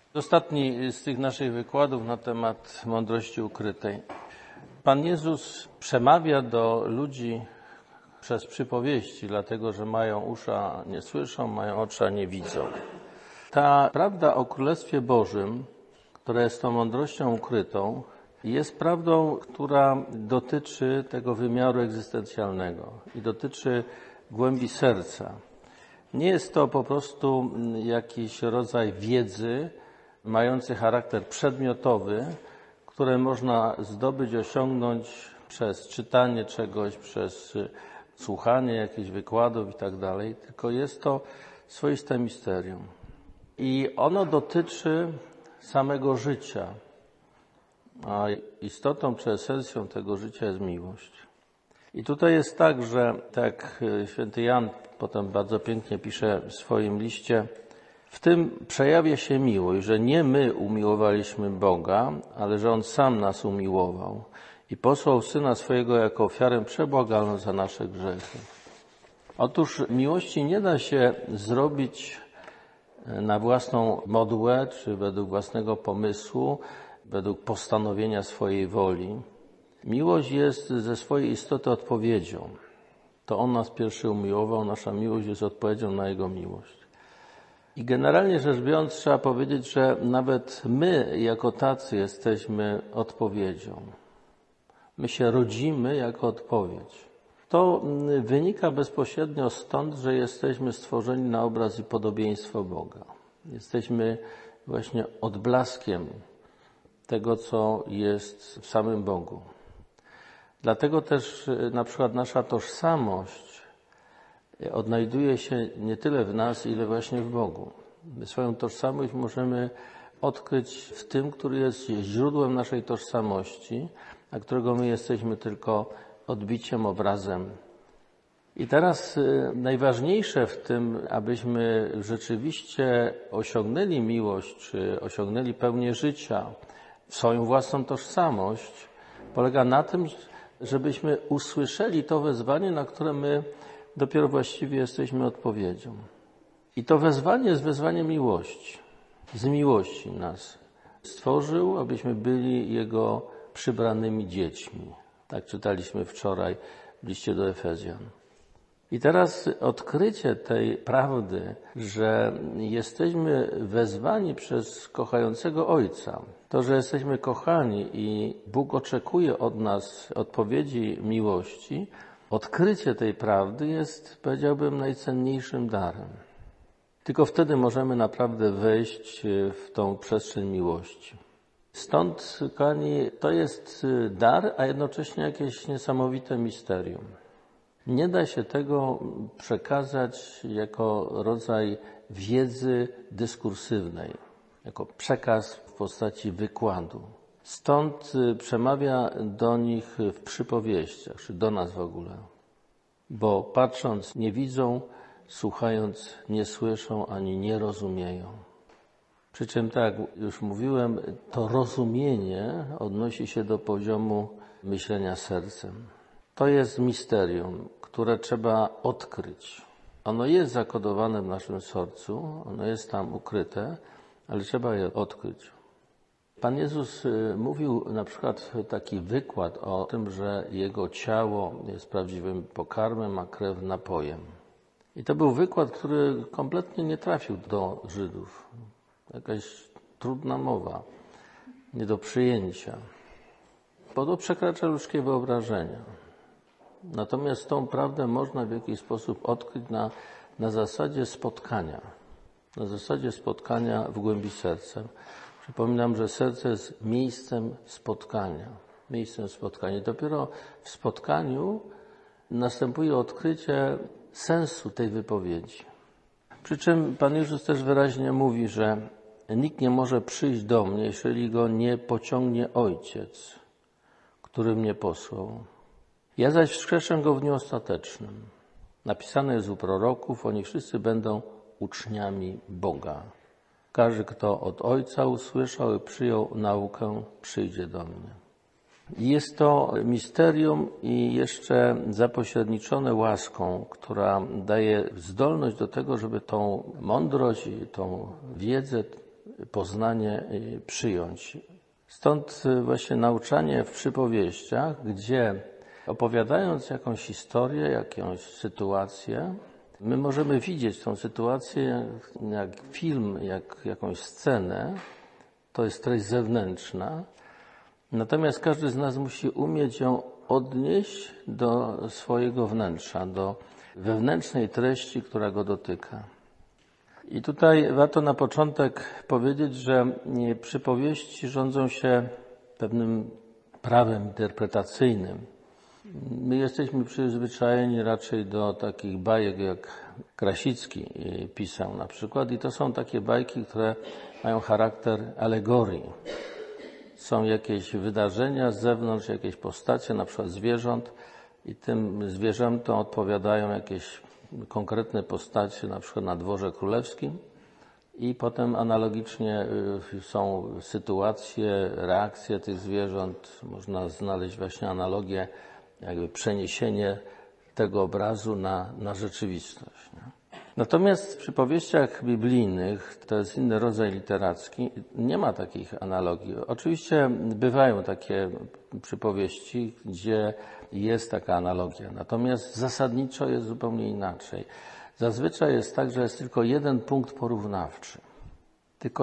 Ostatni z tych naszych wykładów na temat mądrości ukrytej. Pan Jezus przemawia do ludzi przez przypowieści, dlatego że mają uszy, a nie słyszą, mają oczy, a nie widzą. Ta prawda o Królestwie Bożym, która jest tą mądrością ukrytą, jest prawdą, która dotyczy tego wymiaru egzystencjalnego i dotyczy głębi serca. Nie jest to po prostu jakiś rodzaj wiedzy mający charakter przedmiotowy, które można zdobyć, osiągnąć przez czytanie czegoś, przez słuchanie jakichś wykładów i tak dalej, tylko jest to swoiste misterium. I ono dotyczy samego życia, a istotą czy esencją tego życia jest miłość. I tutaj jest tak, że tak święty Jan potem bardzo pięknie pisze w swoim liście, w tym przejawia się miłość, że nie my umiłowaliśmy Boga, ale że On sam nas umiłował i posłał Syna swojego jako ofiarę przebłagalną za nasze grzechy. Otóż miłości nie da się zrobić na własną modłę, czy według własnego pomysłu, według postanowienia swojej woli. Miłość jest ze swojej istoty odpowiedzią. To On nas pierwszy umiłował, nasza miłość jest odpowiedzią na Jego miłość. I generalnie rzecz biorąc trzeba powiedzieć, że nawet my jako tacy jesteśmy odpowiedzią. My się rodzimy jako odpowiedź. To wynika bezpośrednio stąd, że jesteśmy stworzeni na obraz i podobieństwo Boga. Jesteśmy właśnie odblaskiem tego, co jest w samym Bogu. Dlatego też na przykład nasza tożsamość odnajduje się nie tyle w nas, ile właśnie w Bogu. My swoją tożsamość możemy odkryć w tym, który jest źródłem naszej tożsamości, a którego my jesteśmy tylko odbiciem, obrazem. I teraz najważniejsze w tym, abyśmy rzeczywiście osiągnęli miłość, czy osiągnęli pełnię życia, swoją własną tożsamość, polega na tym, żebyśmy usłyszeli to wezwanie, na które my dopiero właściwie jesteśmy odpowiedzią. I to wezwanie jest wezwaniem miłości. Z miłości nas stworzył, abyśmy byli Jego przybranymi dziećmi. Tak czytaliśmy wczoraj w liście do Efezjan. I teraz odkrycie tej prawdy, że jesteśmy wezwani przez kochającego Ojca, to, że jesteśmy kochani i Bóg oczekuje od nas odpowiedzi miłości, odkrycie tej prawdy jest, powiedziałbym, najcenniejszym darem. Tylko wtedy możemy naprawdę wejść w tą przestrzeń miłości. Stąd, kochani, to jest dar, a jednocześnie jakieś niesamowite misterium. Nie da się tego przekazać jako rodzaj wiedzy dyskursywnej, jako przekaz w postaci wykładu. Stąd przemawia do nich w przypowieściach, czy do nas w ogóle. Bo patrząc nie widzą, słuchając nie słyszą, ani nie rozumieją. Przy czym, tak jak już mówiłem, to rozumienie odnosi się do poziomu myślenia sercem. To jest misterium, które trzeba odkryć. Ono jest zakodowane w naszym sercu, ono jest tam ukryte, ale trzeba je odkryć. Pan Jezus mówił na przykład taki wykład o tym, że Jego ciało jest prawdziwym pokarmem, a krew napojem. I to był wykład, który kompletnie nie trafił do Żydów. Jakaś trudna mowa, nie do przyjęcia, bo to przekracza ludzkie wyobrażenia. Natomiast tą prawdę można w jakiś sposób odkryć na zasadzie spotkania. Na zasadzie spotkania w głębi serca. Przypominam, że serce jest miejscem spotkania. Miejscem spotkania. Dopiero w spotkaniu następuje odkrycie sensu tej wypowiedzi. Przy czym Pan Jezus też wyraźnie mówi, że nikt nie może przyjść do mnie, jeżeli go nie pociągnie Ojciec, który mnie posłał. Ja zaś wskrzeszę go w dniu ostatecznym. Napisane jest u proroków, oni wszyscy będą uczniami Boga. Każdy, kto od Ojca usłyszał i przyjął naukę, przyjdzie do mnie. Jest to misterium i jeszcze zapośredniczone łaską, która daje zdolność do tego, żeby tą mądrość i tą wiedzę, poznanie przyjąć. Stąd właśnie nauczanie w przypowieściach, gdzie opowiadając jakąś historię, jakąś sytuację, my możemy widzieć tą sytuację jak film, jak jakąś scenę, to jest treść zewnętrzna, natomiast każdy z nas musi umieć ją odnieść do swojego wnętrza, do wewnętrznej treści, która go dotyka. I tutaj warto na początek powiedzieć, że przypowieści rządzą się pewnym prawem interpretacyjnym. My jesteśmy przyzwyczajeni raczej do takich bajek, jak Krasicki pisał na przykład, i to są takie bajki, które mają charakter alegorii. Są jakieś wydarzenia z zewnątrz, jakieś postacie, na przykład zwierząt, i tym zwierzętom odpowiadają jakieś konkretne postacie, na przykład na dworze królewskim, i potem analogicznie są sytuacje, reakcje tych zwierząt. Można znaleźć właśnie analogię, jakby przeniesienie tego obrazu na rzeczywistość. Nie? Natomiast w przypowieściach biblijnych, to jest inny rodzaj literacki, nie ma takich analogii. Oczywiście bywają takie przypowieści, gdzie jest taka analogia, natomiast zasadniczo jest zupełnie inaczej. Zazwyczaj jest tak, że jest tylko jeden punkt porównawczy. Tylko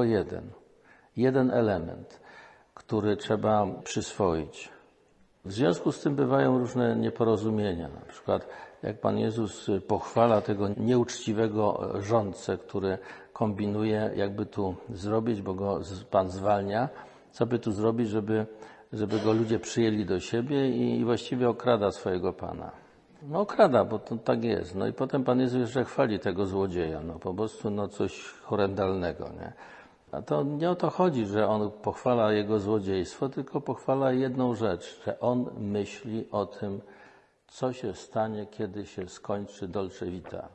jeden element, który trzeba przyswoić. W związku z tym bywają różne nieporozumienia. Na przykład jak Pan Jezus pochwala tego nieuczciwego rządcę, który kombinuje, jakby tu zrobić, bo go Pan zwalnia, co by tu zrobić, żeby go ludzie przyjęli do siebie, i właściwie okrada swojego Pana. No okrada, bo to tak jest. No i potem Pan Jezus jeszcze chwali tego złodzieja. No po prostu coś horrendalnego, nie? A to nie o to chodzi, że on pochwala jego złodziejstwo, tylko pochwala jedną rzecz, że on myśli o tym, co się stanie, kiedy się skończy Dolce Vita.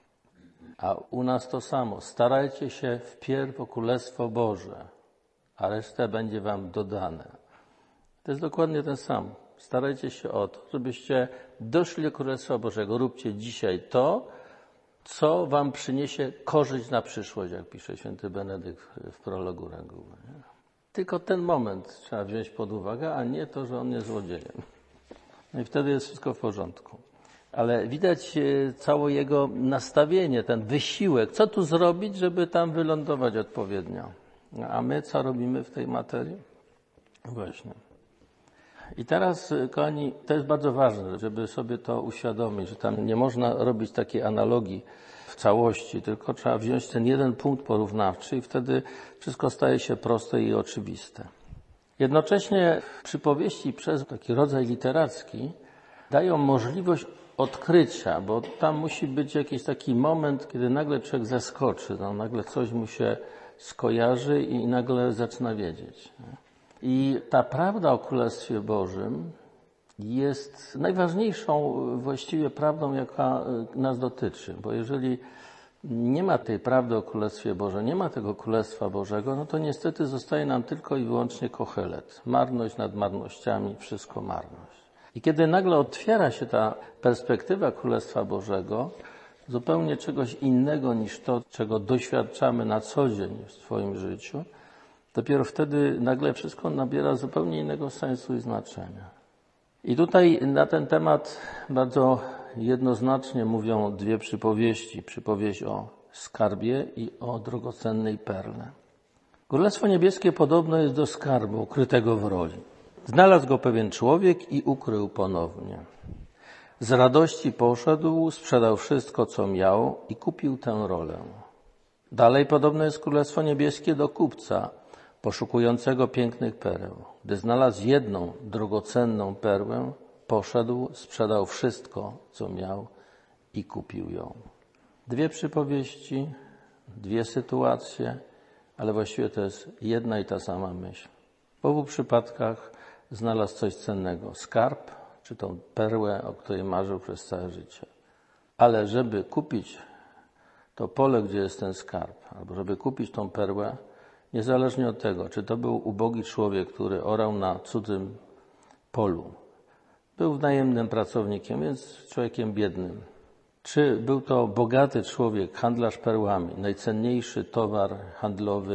A u nas to samo. Starajcie się wpierw o Królestwo Boże, a resztę będzie wam dodane. To jest dokładnie ten sam. Starajcie się o to, żebyście doszli do Królestwa Bożego. Róbcie dzisiaj to, co wam przyniesie korzyść na przyszłość, jak pisze święty Benedykt w prologu reguły. Nie? Tylko ten moment trzeba wziąć pod uwagę, a nie to, że on jest złodziejem. No i wtedy jest wszystko w porządku. Ale widać całe jego nastawienie, ten wysiłek, co tu zrobić, żeby tam wylądować odpowiednio. A my co robimy w tej materii? Właśnie. I teraz, kochani, to jest bardzo ważne, żeby sobie to uświadomić, że tam nie można robić takiej analogii w całości, tylko trzeba wziąć ten jeden punkt porównawczy i wtedy wszystko staje się proste i oczywiste. Jednocześnie przypowieści przez taki rodzaj literacki dają możliwość odkrycia, bo tam musi być jakiś taki moment, kiedy nagle człowiek zaskoczy, nagle coś mu się skojarzy i nagle zaczyna wiedzieć. I ta prawda o Królestwie Bożym jest najważniejszą właściwie prawdą, jaka nas dotyczy, bo jeżeli nie ma tej prawdy o Królestwie Bożym, nie ma tego Królestwa Bożego, no to niestety zostaje nam tylko i wyłącznie Kohelet. Marność nad marnościami, wszystko marność. I kiedy nagle otwiera się ta perspektywa Królestwa Bożego, zupełnie czegoś innego niż to, czego doświadczamy na co dzień w swoim życiu, dopiero wtedy nagle wszystko nabiera zupełnie innego sensu i znaczenia. I tutaj na ten temat bardzo jednoznacznie mówią dwie przypowieści. Przypowieść o skarbie i o drogocennej perle. Królestwo Niebieskie podobne jest do skarbu ukrytego w roli. Znalazł go pewien człowiek i ukrył ponownie. Z radości poszedł, sprzedał wszystko, co miał i kupił tę rolę. Dalej podobne jest Królestwo Niebieskie do kupca poszukującego pięknych pereł. Gdy znalazł jedną drogocenną perłę, poszedł, sprzedał wszystko, co miał i kupił ją. Dwie przypowieści, dwie sytuacje, ale właściwie to jest jedna i ta sama myśl. W obu przypadkach znalazł coś cennego. Skarb, czy tą perłę, o której marzył przez całe życie. Ale żeby kupić to pole, gdzie jest ten skarb, albo żeby kupić tą perłę, niezależnie od tego, czy to był ubogi człowiek, który orał na cudzym polu, był najemnym pracownikiem, więc człowiekiem biednym, czy był to bogaty człowiek, handlarz perłami, najcenniejszy towar handlowy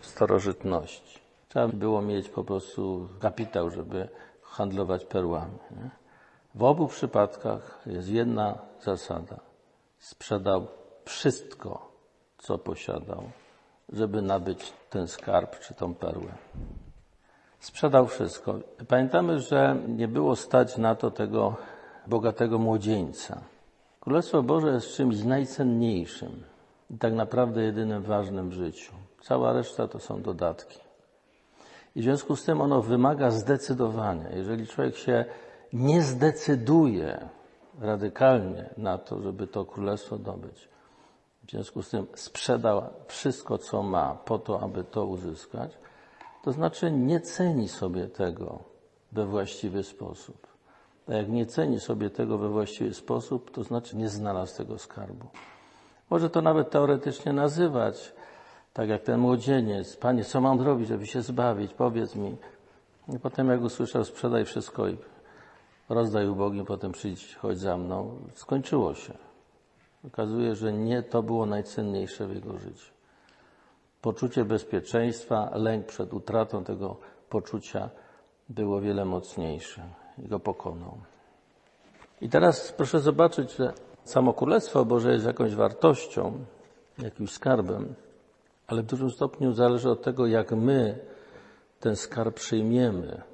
starożytności. Trzeba było mieć po prostu kapitał, żeby handlować perłami. Nie? W obu przypadkach jest jedna zasada. Sprzedał wszystko, co posiadał, żeby nabyć ten skarb czy tą perłę. Sprzedał wszystko. Pamiętamy, że nie było stać na to tego bogatego młodzieńca. Królestwo Boże jest czymś najcenniejszym i tak naprawdę jedynym ważnym w życiu. Cała reszta to są dodatki. I w związku z tym ono wymaga zdecydowania. Jeżeli człowiek się nie zdecyduje radykalnie na to, żeby to królestwo zdobyć, w związku z tym sprzedał wszystko, co ma po to, aby to uzyskać, to znaczy nie ceni sobie tego we właściwy sposób. A jak nie ceni sobie tego we właściwy sposób, to znaczy nie znalazł tego skarbu. Może to nawet teoretycznie nazywać, tak jak ten młodzieniec. Panie, co mam zrobić, żeby się zbawić? Powiedz mi. I potem jak usłyszał, sprzedaj wszystko i rozdaj ubogim, potem przyjdź, chodź za mną. Skończyło się. Okazuje, że nie to było najcenniejsze w jego życiu. Poczucie bezpieczeństwa, lęk przed utratą tego poczucia było wiele mocniejsze i go pokonał. I teraz proszę zobaczyć, że samo Królestwo Boże jest jakąś wartością, jakimś skarbem, ale w dużym stopniu zależy od tego, jak my ten skarb przyjmiemy.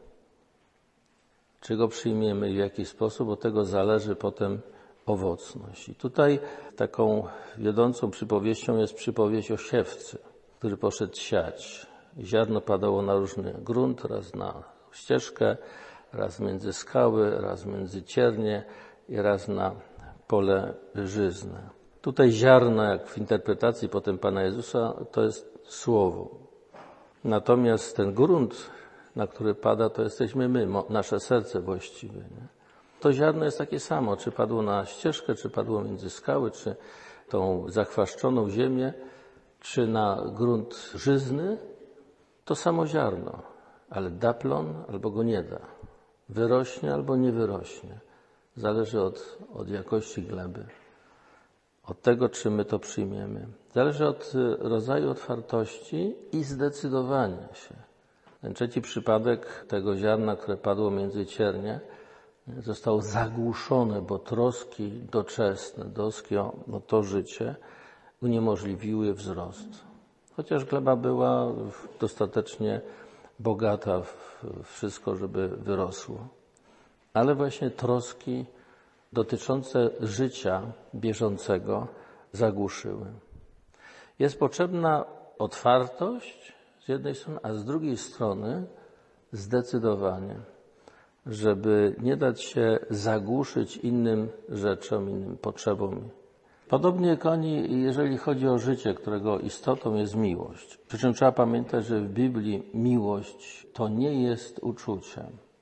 Czy go przyjmiemy i w jaki sposób, od tego zależy potem owocność. I tutaj taką wiodącą przypowieścią jest przypowieść o siewcy, który poszedł siać. Ziarno padało na różny grunt, raz na ścieżkę, raz między skały, raz między ciernie i raz na pole żyzne. Tutaj ziarno, jak w interpretacji potem Pana Jezusa, to jest słowo. Natomiast ten grunt, na który pada, to jesteśmy my, nasze serce właściwe. Nie? To ziarno jest takie samo, czy padło na ścieżkę, czy padło między skały, czy tą zachwaszczoną ziemię, czy na grunt żyzny, to samo ziarno, ale da plon albo go nie da. Wyrośnie albo nie wyrośnie. Zależy od jakości gleby. Od tego, czy my to przyjmiemy. Zależy od rodzaju otwartości i zdecydowania się. Ten trzeci przypadek tego ziarna, które padło między ciernie, zostało zagłuszone, bo troski doczesne, troski o to życie uniemożliwiły wzrost. Chociaż gleba była dostatecznie bogata w wszystko, żeby wyrosło. Ale właśnie troski dotyczące życia bieżącego zagłuszyły. Jest potrzebna otwartość z jednej strony, a z drugiej strony zdecydowanie, żeby nie dać się zagłuszyć innym rzeczom, innym potrzebom. Podobnie jak oni, jeżeli chodzi o życie, którego istotą jest miłość. Przy czym trzeba pamiętać, że w Biblii miłość to nie jest uczuciem.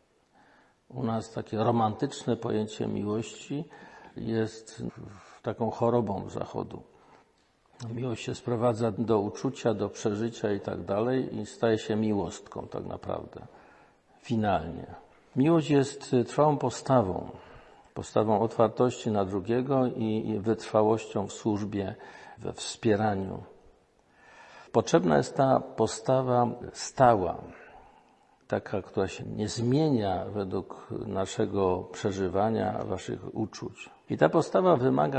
U nas takie romantyczne pojęcie miłości jest taką chorobą Zachodu. Miłość się sprowadza do uczucia, do przeżycia i tak dalej i staje się miłostką tak naprawdę, finalnie. Miłość jest trwałą postawą otwartości na drugiego i wytrwałością w służbie, we wspieraniu. Potrzebna jest ta postawa stała, taka, która się nie zmienia według naszego przeżywania, waszych uczuć. I ta postawa wymaga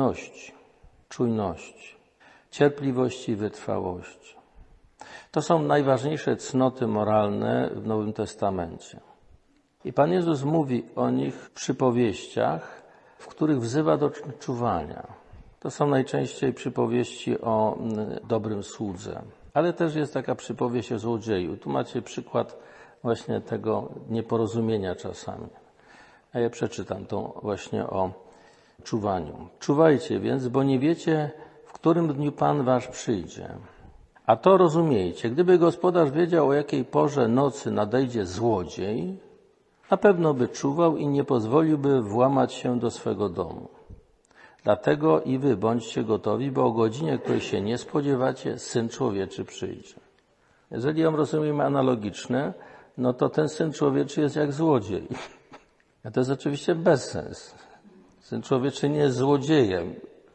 czujności, cierpliwości i wytrwałości. To są najważniejsze cnoty moralne w Nowym Testamencie. I Pan Jezus mówi o nich w przypowieściach, w których wzywa do czuwania. To są najczęściej przypowieści o dobrym słudze. Ale też jest taka przypowieść o złodzieju. Tu macie przykład właśnie tego nieporozumienia czasami. A ja przeczytam to właśnie o czuwaniu. Czuwajcie więc, bo nie wiecie, w którym dniu Pan wasz przyjdzie. A to rozumiejcie, gdyby gospodarz wiedział, o jakiej porze nocy nadejdzie złodziej, na pewno by czuwał i nie pozwoliłby włamać się do swego domu. Dlatego i wy bądźcie gotowi, bo o godzinie, której się nie spodziewacie, Syn Człowieczy przyjdzie. Jeżeli ją rozumiemy analogiczne, no to ten Syn Człowieczy jest jak złodziej. A to jest oczywiście bezsens. Syn Człowieczy nie jest złodziejem.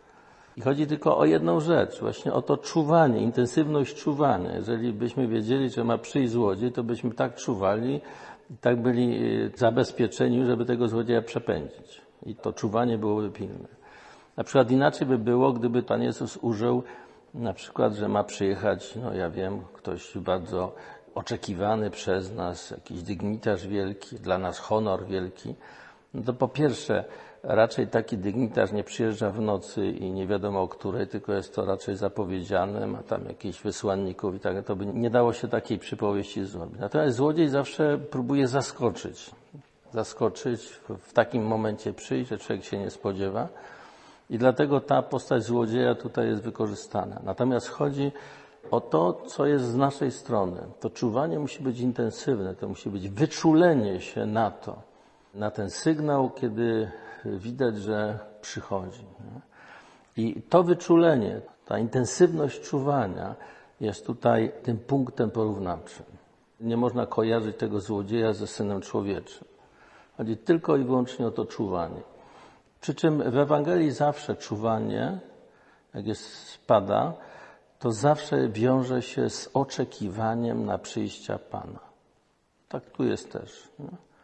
I chodzi tylko o jedną rzecz, właśnie o to czuwanie, intensywność czuwania. Jeżeli byśmy wiedzieli, że ma przyjść złodziej, to byśmy tak czuwali i tak byli zabezpieczeni, żeby tego złodzieja przepędzić. I to czuwanie byłoby pilne. Na przykład inaczej by było, gdyby Pan Jezus użył na przykład, że ma przyjechać, ktoś bardzo oczekiwany przez nas, jakiś dygnitarz wielki, dla nas honor wielki. No to po pierwsze, raczej taki dygnitarz nie przyjeżdża w nocy i nie wiadomo o której, tylko jest to raczej zapowiedziane, ma tam jakichś wysłanników i tak, to by nie dało się takiej przypowieści zrobić. Natomiast złodziej zawsze próbuje zaskoczyć w takim momencie przyjść, że człowiek się nie spodziewa i dlatego ta postać złodzieja tutaj jest wykorzystana. Natomiast chodzi o to, co jest z naszej strony. To czuwanie musi być intensywne, to musi być wyczulenie się na to, na ten sygnał, kiedy widać, że przychodzi. I to wyczulenie, ta intensywność czuwania jest tutaj tym punktem porównawczym. Nie można kojarzyć tego złodzieja ze Synem Człowieczym. Chodzi tylko i wyłącznie o to czuwanie. Przy czym w Ewangelii zawsze czuwanie, jak spada, to zawsze wiąże się z oczekiwaniem na przyjścia Pana. Tak tu jest też. Nie?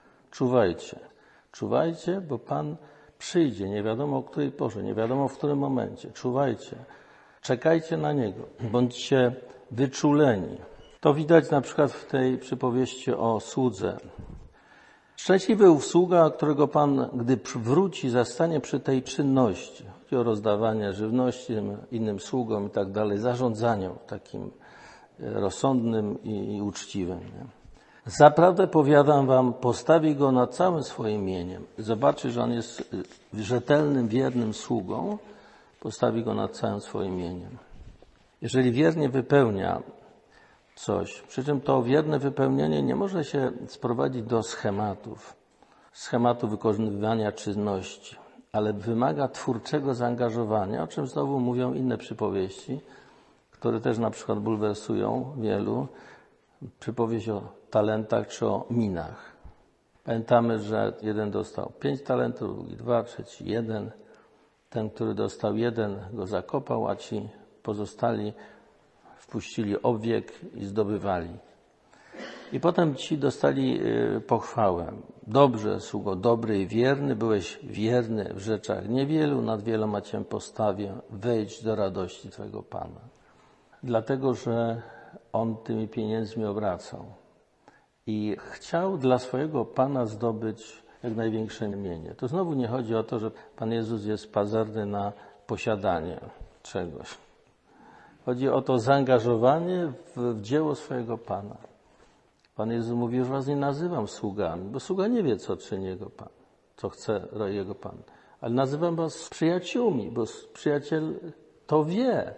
Czuwajcie, bo Pan przyjdzie, nie wiadomo o której porze, nie wiadomo w którym momencie. Czuwajcie, czekajcie na Niego, bądźcie wyczuleni. To widać na przykład w tej przypowieści o słudze. Szczęśliwy ów sługa, którego Pan, gdy wróci, zastanie przy tej czynności. Chodzi o rozdawanie żywności innym sługom i tak dalej, zarządzaniu takim rozsądnym i uczciwym. Nie? Zaprawdę powiadam wam, postawi go nad całym swoim mieniem. Zobaczy, że on jest rzetelnym, wiernym sługą, postawi go nad całym swoim mieniem. Jeżeli wiernie wypełnia coś, przy czym to wierne wypełnienie nie może się sprowadzić do schematu wykonywania czynności, ale wymaga twórczego zaangażowania, o czym znowu mówią inne przypowieści, które też na przykład bulwersują wielu. Przypowieść o talentach czy o minach. Pamiętamy, że jeden dostał 5 talentów, drugi 2, trzeci 1. Ten, który dostał 1, go zakopał, a ci pozostali wpuścili obwiek i zdobywali. I potem ci dostali pochwałę. Dobrze, sługo, dobry i wierny, byłeś wierny w rzeczach niewielu, nad wieloma cię postawię, wejdź do radości twojego Pana. Dlatego, że on tymi pieniędzmi obracał i chciał dla swojego Pana zdobyć jak największe mienie. To znowu nie chodzi o to, że Pan Jezus jest pazerny na posiadanie czegoś. Chodzi o to zaangażowanie w dzieło swojego Pana. Pan Jezus mówi, już was nie nazywam sługami, bo sługa nie wie, co czyni jego Pan, co chce jego Pan. Ale nazywam was przyjaciółmi, bo przyjaciel to wie.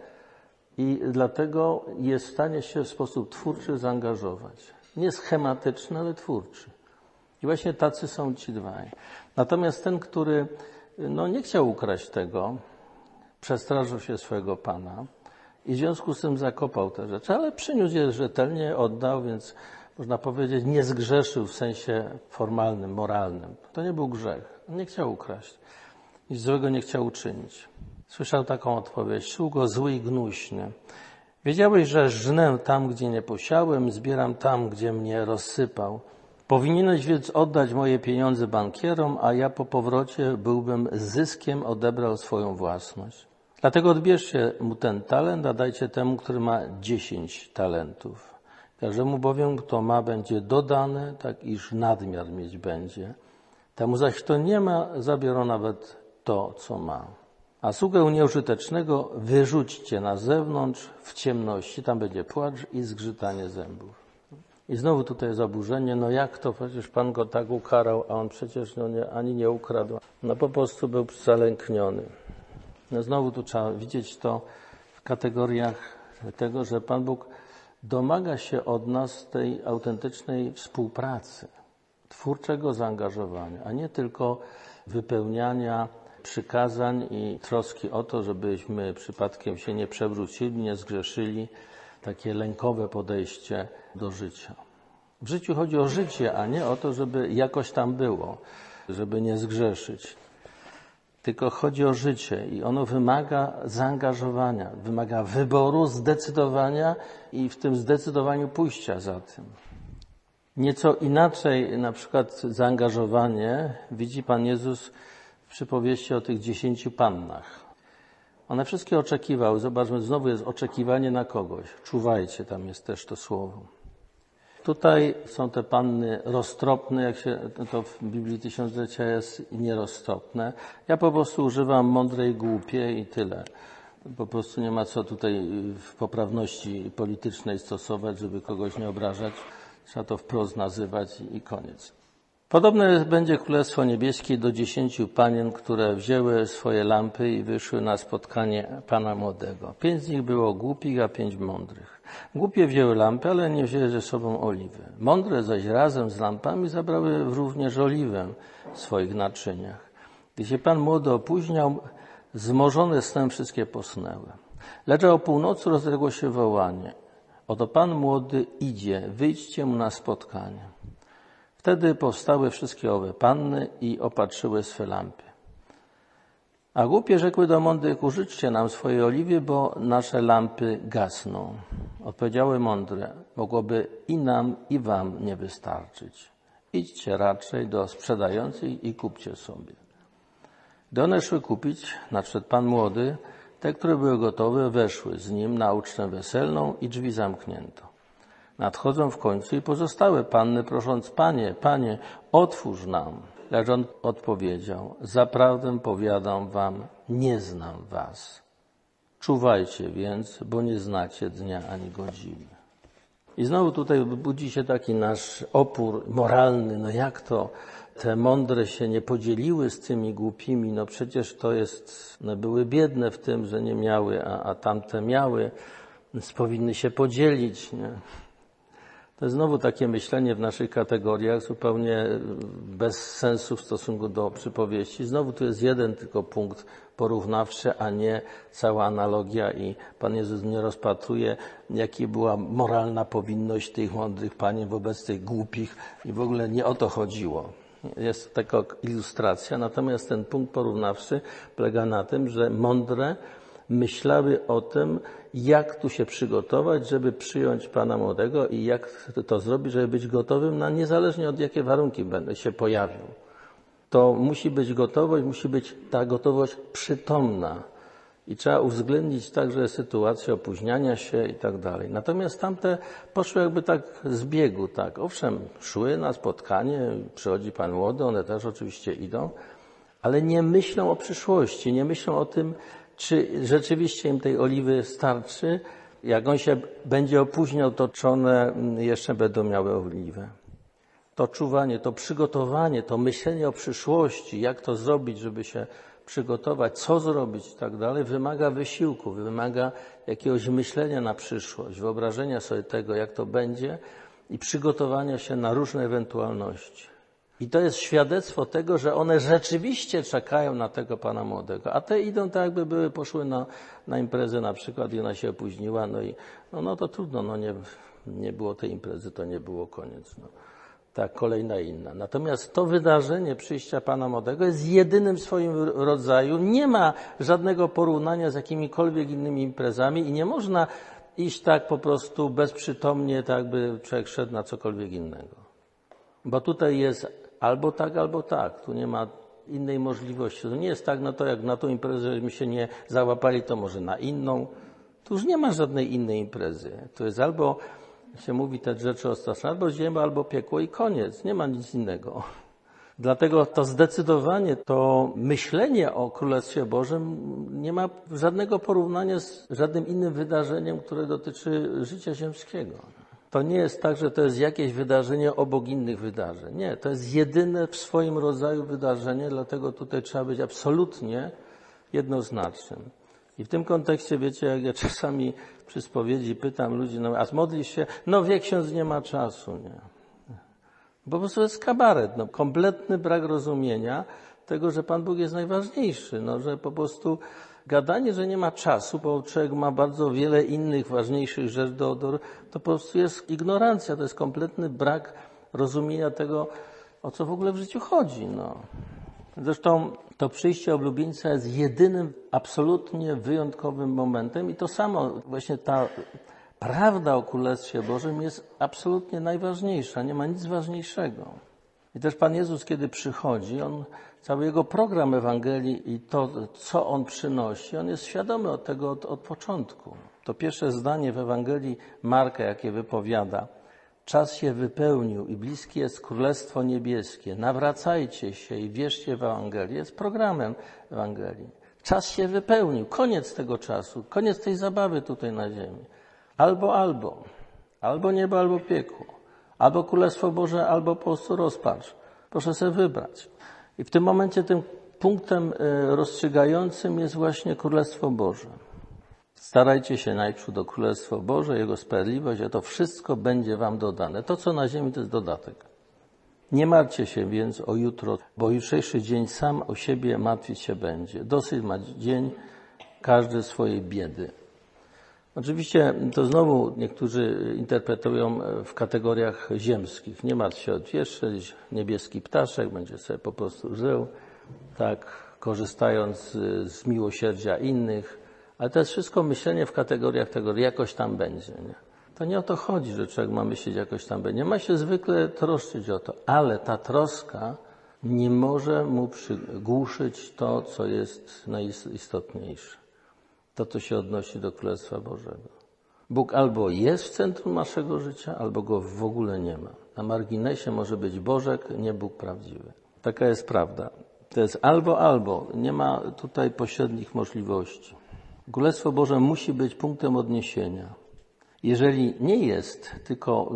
I dlatego jest w stanie się w sposób twórczy zaangażować. Nie schematyczny, ale twórczy. I właśnie tacy są ci dwaj. Natomiast ten, który nie chciał ukraść tego, przestraszył się swojego Pana i w związku z tym zakopał te rzeczy, ale przyniósł je rzetelnie, oddał, więc można powiedzieć, nie zgrzeszył w sensie formalnym, moralnym. To nie był grzech. On nie chciał ukraść. Nic złego nie chciał uczynić. Słyszał taką odpowiedź: sługo zły i gnuśny. Wiedziałeś, że żnę tam, gdzie nie posiałem, zbieram tam, gdzie mnie rozsypał. Powinieneś więc oddać moje pieniądze bankierom, a ja po powrocie byłbym z zyskiem odebrał swoją własność. Dlatego odbierzcie mu ten talent, a dajcie temu, który ma 10 talentów. Każdemu bowiem, kto ma, będzie dodane, tak iż nadmiar mieć będzie. Temu zaś, kto nie ma, zabiorą nawet to, co ma. A sługę nieużytecznego wyrzućcie na zewnątrz w ciemności, tam będzie płacz i zgrzytanie zębów. I znowu tutaj jest oburzenie, jak to, przecież Pan go tak ukarał, a on przecież ani nie ukradł. Po prostu był zalękniony. Znowu tu trzeba widzieć to w kategoriach tego, że Pan Bóg domaga się od nas tej autentycznej współpracy, twórczego zaangażowania, a nie tylko wypełniania przykazań i troski o to, żebyśmy przypadkiem się nie przewrócili, nie zgrzeszyli. Takie lękowe podejście do życia. W życiu chodzi o życie, a nie o to, żeby jakoś tam było, żeby nie zgrzeszyć. tylko chodzi o życie i ono wymaga zaangażowania, wymaga wyboru, zdecydowania i w tym zdecydowaniu pójścia za tym. Nieco inaczej na przykład zaangażowanie widzi Pan Jezus w przypowieści o tych 10 pannach. One wszystkie oczekiwały. Zobaczmy, znowu jest oczekiwanie na kogoś. Czuwajcie, tam jest też to słowo. Tutaj są te panny roztropne, jak się to w Biblii Tysiąclecia jest, i nieroztropne. Ja po prostu używam mądre i głupie i tyle. Po prostu nie ma co tutaj w poprawności politycznej stosować, żeby kogoś nie obrażać. Trzeba to wprost nazywać i koniec. Podobne będzie Królestwo Niebieskie do 10 panien, które wzięły swoje lampy i wyszły na spotkanie Pana Młodego. 5 z nich było głupich, a 5 mądrych. Głupie wzięły lampy, ale nie wzięły ze sobą oliwy. Mądre zaś razem z lampami zabrały również oliwę w swoich naczyniach. Gdy się Pan Młody opóźniał, zmorzone snem wszystkie posnęły. Lecz o północy rozległo się wołanie. Oto Pan Młody idzie, wyjdźcie mu na spotkanie. Wtedy powstały wszystkie owe panny i opatrzyły swe lampy. A głupie rzekły do mądrych, użyczcie nam swojej oliwy, bo nasze lampy gasną. Odpowiedziały mądre, mogłoby i nam, i wam nie wystarczyć. Idźcie raczej do sprzedających i kupcie sobie. Gdy one szły kupić, nadszedł Pan Młody, te, które były gotowe, weszły z nim na ucztę weselną i drzwi zamknięto. Nadchodzą w końcu i pozostałe panny, prosząc, Panie, otwórz nam. Lecz on odpowiedział, zaprawdę powiadam wam, nie znam was. Czuwajcie więc, bo nie znacie dnia ani godziny. I znowu tutaj budzi się taki nasz opór moralny, no jak to te mądre się nie podzieliły z tymi głupimi, no przecież to jest, no były biedne w tym, że nie miały, a tamte miały, więc powinny się podzielić, nie? To jest znowu takie myślenie w naszych kategoriach zupełnie bez sensu w stosunku do przypowieści. Znowu tu jest jeden tylko punkt porównawczy, a nie cała analogia i Pan Jezus nie rozpatruje, jaka była moralna powinność tych mądrych panien wobec tych głupich i w ogóle nie o to chodziło. Jest taka ilustracja, natomiast ten punkt porównawczy polega na tym, że mądre myślały o tym, jak tu się przygotować, żeby przyjąć Pana Młodego i jak to zrobić, żeby być gotowym na niezależnie od jakie warunki się pojawią. To musi być gotowość, musi być ta gotowość przytomna i trzeba uwzględnić także sytuację opóźniania się i tak dalej. Natomiast tamte poszły jakby tak z biegu, tak. Owszem, szły na spotkanie, przychodzi Pan Młody, one też oczywiście idą, ale nie myślą o przyszłości, nie myślą o tym, czy rzeczywiście im tej oliwy starczy? Jak on się będzie opóźniał, to czy one jeszcze będą miały oliwę? To czuwanie, to przygotowanie, to myślenie o przyszłości, jak to zrobić, żeby się przygotować, co zrobić i tak dalej, wymaga wysiłku, wymaga jakiegoś myślenia na przyszłość, wyobrażenia sobie tego, jak to będzie i przygotowania się na różne ewentualności. I to jest świadectwo tego, że one rzeczywiście czekają na tego Pana Młodego, a te idą tak, jakby poszły na imprezę na przykład i ona się opóźniła, no to trudno, nie było tej imprezy, to nie było koniec. Tak, kolejna inna. Natomiast to wydarzenie przyjścia Pana Młodego jest jedynym w swoim rodzaju, nie ma żadnego porównania z jakimikolwiek innymi imprezami i nie można iść tak po prostu bezprzytomnie, tak by człowiek szedł na cokolwiek innego. Bo tutaj jest albo tak. Tu nie ma innej możliwości. To nie jest tak, no to jak na tą imprezę żeśmy się nie załapali, to może na inną. Tu już nie ma żadnej innej imprezy. To jest albo, się mówi te rzeczy ostateczne, albo ziemia, albo piekło i koniec. Nie ma nic innego. Dlatego to zdecydowanie, to myślenie o Królestwie Bożym nie ma żadnego porównania z żadnym innym wydarzeniem, które dotyczy życia ziemskiego. To nie jest tak, że to jest jakieś wydarzenie obok innych wydarzeń. Nie, to jest jedyne w swoim rodzaju wydarzenie, dlatego tutaj trzeba być absolutnie jednoznacznym. I w tym kontekście, wiecie, jak ja czasami przy spowiedzi pytam ludzi, a modlisz się? Wie, ksiądz nie ma czasu, nie. Bo po prostu jest kabaret, kompletny brak rozumienia tego, że Pan Bóg jest najważniejszy, że po prostu gadanie, że nie ma czasu, bo człowiek ma bardzo wiele innych ważniejszych rzeczy to po prostu jest ignorancja, to jest kompletny brak rozumienia tego, o co w ogóle w życiu chodzi. Zresztą to przyjście oblubieńca jest jedynym absolutnie wyjątkowym momentem i to samo, właśnie ta prawda o Królestwie Bożym jest absolutnie najważniejsza, nie ma nic ważniejszego. I też Pan Jezus, kiedy przychodzi, cały Jego program Ewangelii i to, co On przynosi, On jest świadomy tego od początku. To pierwsze zdanie w Ewangelii Marka, jakie wypowiada: czas się wypełnił i bliskie jest Królestwo Niebieskie. Nawracajcie się i wierzcie w Ewangelię. Jest programem Ewangelii. Czas się wypełnił. Koniec tego czasu. Koniec tej zabawy tutaj na ziemi. Albo niebo, albo piekło. Albo Królestwo Boże, albo po prostu rozpacz. Proszę sobie wybrać. I w tym momencie tym punktem rozstrzygającym jest właśnie Królestwo Boże. Starajcie się najpierw o Królestwo Boże, Jego sprawiedliwość, a to wszystko będzie wam dodane. To, co na ziemi, to jest dodatek. Nie martwcie się więc o jutro, bo jutrzejszy dzień sam o siebie martwić się będzie. Dosyć ma dzień każdy swojej biedy. Oczywiście to znowu niektórzy interpretują w kategoriach ziemskich. Nie martw się o wierzchu, niebieski ptaszek będzie sobie po prostu żył, tak, korzystając z miłosierdzia innych. Ale to jest wszystko myślenie w kategoriach tego, jakoś tam będzie. Nie? To nie o to chodzi, że człowiek ma myśleć, jakoś tam będzie. Ma się zwykle troszczyć o to, ale ta troska nie może mu przygłuszyć to, co jest najistotniejsze. To, co się odnosi do Królestwa Bożego. Bóg albo jest w centrum naszego życia, albo go w ogóle nie ma. Na marginesie może być Bożek, nie Bóg prawdziwy. Taka jest prawda. To jest albo. Nie ma tutaj pośrednich możliwości. Królestwo Boże musi być punktem odniesienia. Jeżeli nie jest, tylko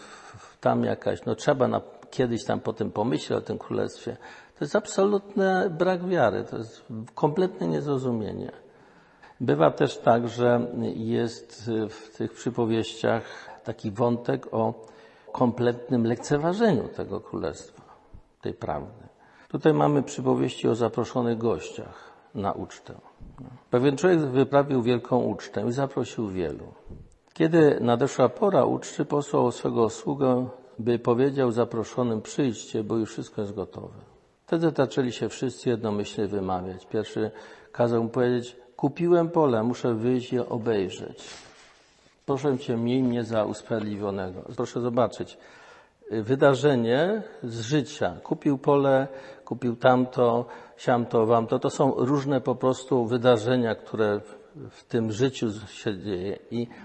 tam jakaś, trzeba kiedyś tam potem pomyśleć o tym Królestwie, to jest absolutny brak wiary, to jest kompletne niezrozumienie. Bywa też tak, że jest w tych przypowieściach taki wątek o kompletnym lekceważeniu tego Królestwa, tej prawdy. Tutaj mamy przypowieści o zaproszonych gościach na ucztę. Pewien człowiek wyprawił wielką ucztę i zaprosił wielu. Kiedy nadeszła pora uczty, posłał swego sługę, by powiedział zaproszonym: przyjdźcie, bo już wszystko jest gotowe. Wtedy zaczęli się wszyscy jednomyślnie wymawiać. Pierwszy kazał mu powiedzieć: kupiłem pole, muszę wyjść je obejrzeć. Proszę Cię, miej mnie za usprawiedliwionego. Proszę zobaczyć. Wydarzenie z życia. Kupił pole, kupił tamto, siamto, wamto. To są różne po prostu wydarzenia, które w tym życiu się dzieje.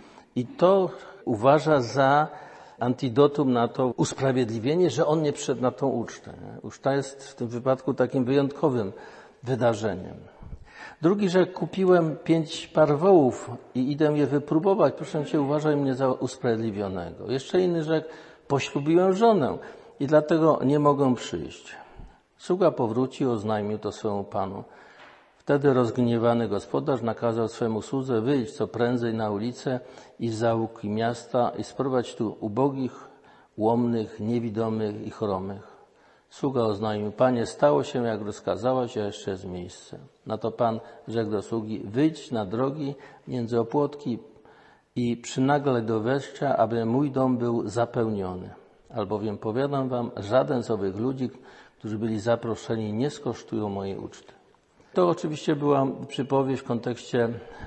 I to uważa za antidotum na to usprawiedliwienie, że on nie przyszedł na tą ucztę. Uczta jest w tym wypadku takim wyjątkowym wydarzeniem. Drugi rzekł: kupiłem 5 par wołów i idę je wypróbować. Proszę Cię, uważaj mnie za usprawiedliwionego. Jeszcze inny rzekł: poślubiłem żonę i dlatego nie mogę przyjść. Sługa powrócił, oznajmił to swemu panu. Wtedy rozgniewany gospodarz nakazał swemu słudze: wyjdź co prędzej na ulicę i za łuki miasta i sprowadź tu ubogich, łomnych, niewidomych i chromych. Sługa oznajmił: panie, stało się jak rozkazałeś, a jeszcze jest miejsce. Na to pan rzekł do sługi: wyjdź na drogi między opłotki i przynaglaj do wejścia, aby mój dom był zapełniony. Albowiem powiadam wam, żaden z owych ludzi, którzy byli zaproszeni, nie skosztują mojej uczty. To oczywiście była przypowieść w kontekście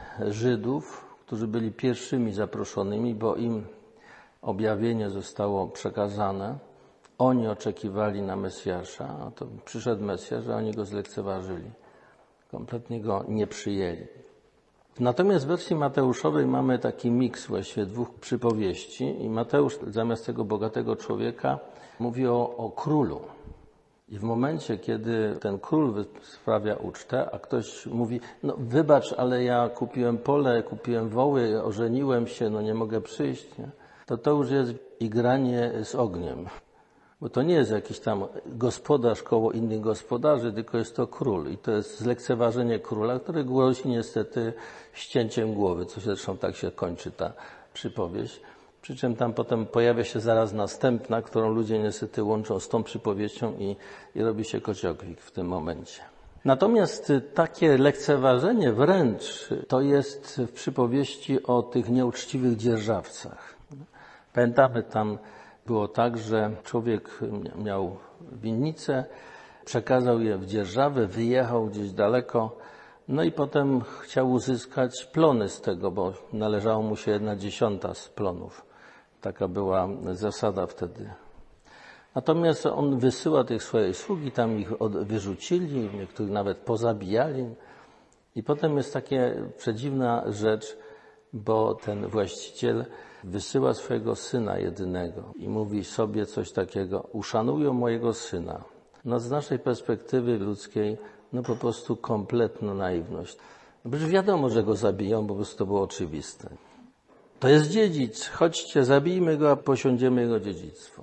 Żydów, którzy byli pierwszymi zaproszonymi, bo im objawienie zostało przekazane. Oni oczekiwali na Mesjasza, a to przyszedł Mesjasz, a oni go zlekceważyli. Kompletnie go nie przyjęli. Natomiast w wersji mateuszowej mamy taki miks właściwie 2 przypowieści i Mateusz zamiast tego bogatego człowieka mówi o królu. I w momencie, kiedy ten król sprawia ucztę, a ktoś mówi: no wybacz, ale ja kupiłem pole, kupiłem woły, ożeniłem się, nie mogę przyjść, nie? To już jest igranie z ogniem. Bo to nie jest jakiś tam gospodarz koło innych gospodarzy, tylko jest to król. I to jest zlekceważenie króla, które głosi niestety ścięciem głowy, co zresztą tak się kończy ta przypowieść. Przy czym tam potem pojawia się zaraz następna, którą ludzie niestety łączą z tą przypowieścią i robi się kociokwik w tym momencie. Natomiast takie lekceważenie wręcz to jest w przypowieści o tych nieuczciwych dzierżawcach. Pamiętamy, tam było tak, że człowiek miał winnicę przekazał je w dzierżawę, wyjechał gdzieś daleko, no i potem chciał uzyskać plony z tego, bo należało mu się 1/10 z plonów. Taka była zasada wtedy. Natomiast on wysyła tych swoich sług i tam ich wyrzucili, niektórych nawet pozabijali. I potem jest takie przedziwna rzecz, bo ten właściciel wysyła swojego syna jedynego i mówi sobie coś takiego: uszanują mojego syna. No z naszej perspektywy ludzkiej, no po prostu kompletna naiwność. Przecież wiadomo, że go zabiją, bo po prostu to było oczywiste. To jest dziedzic, chodźcie, zabijmy go, a posiądziemy jego dziedzictwo.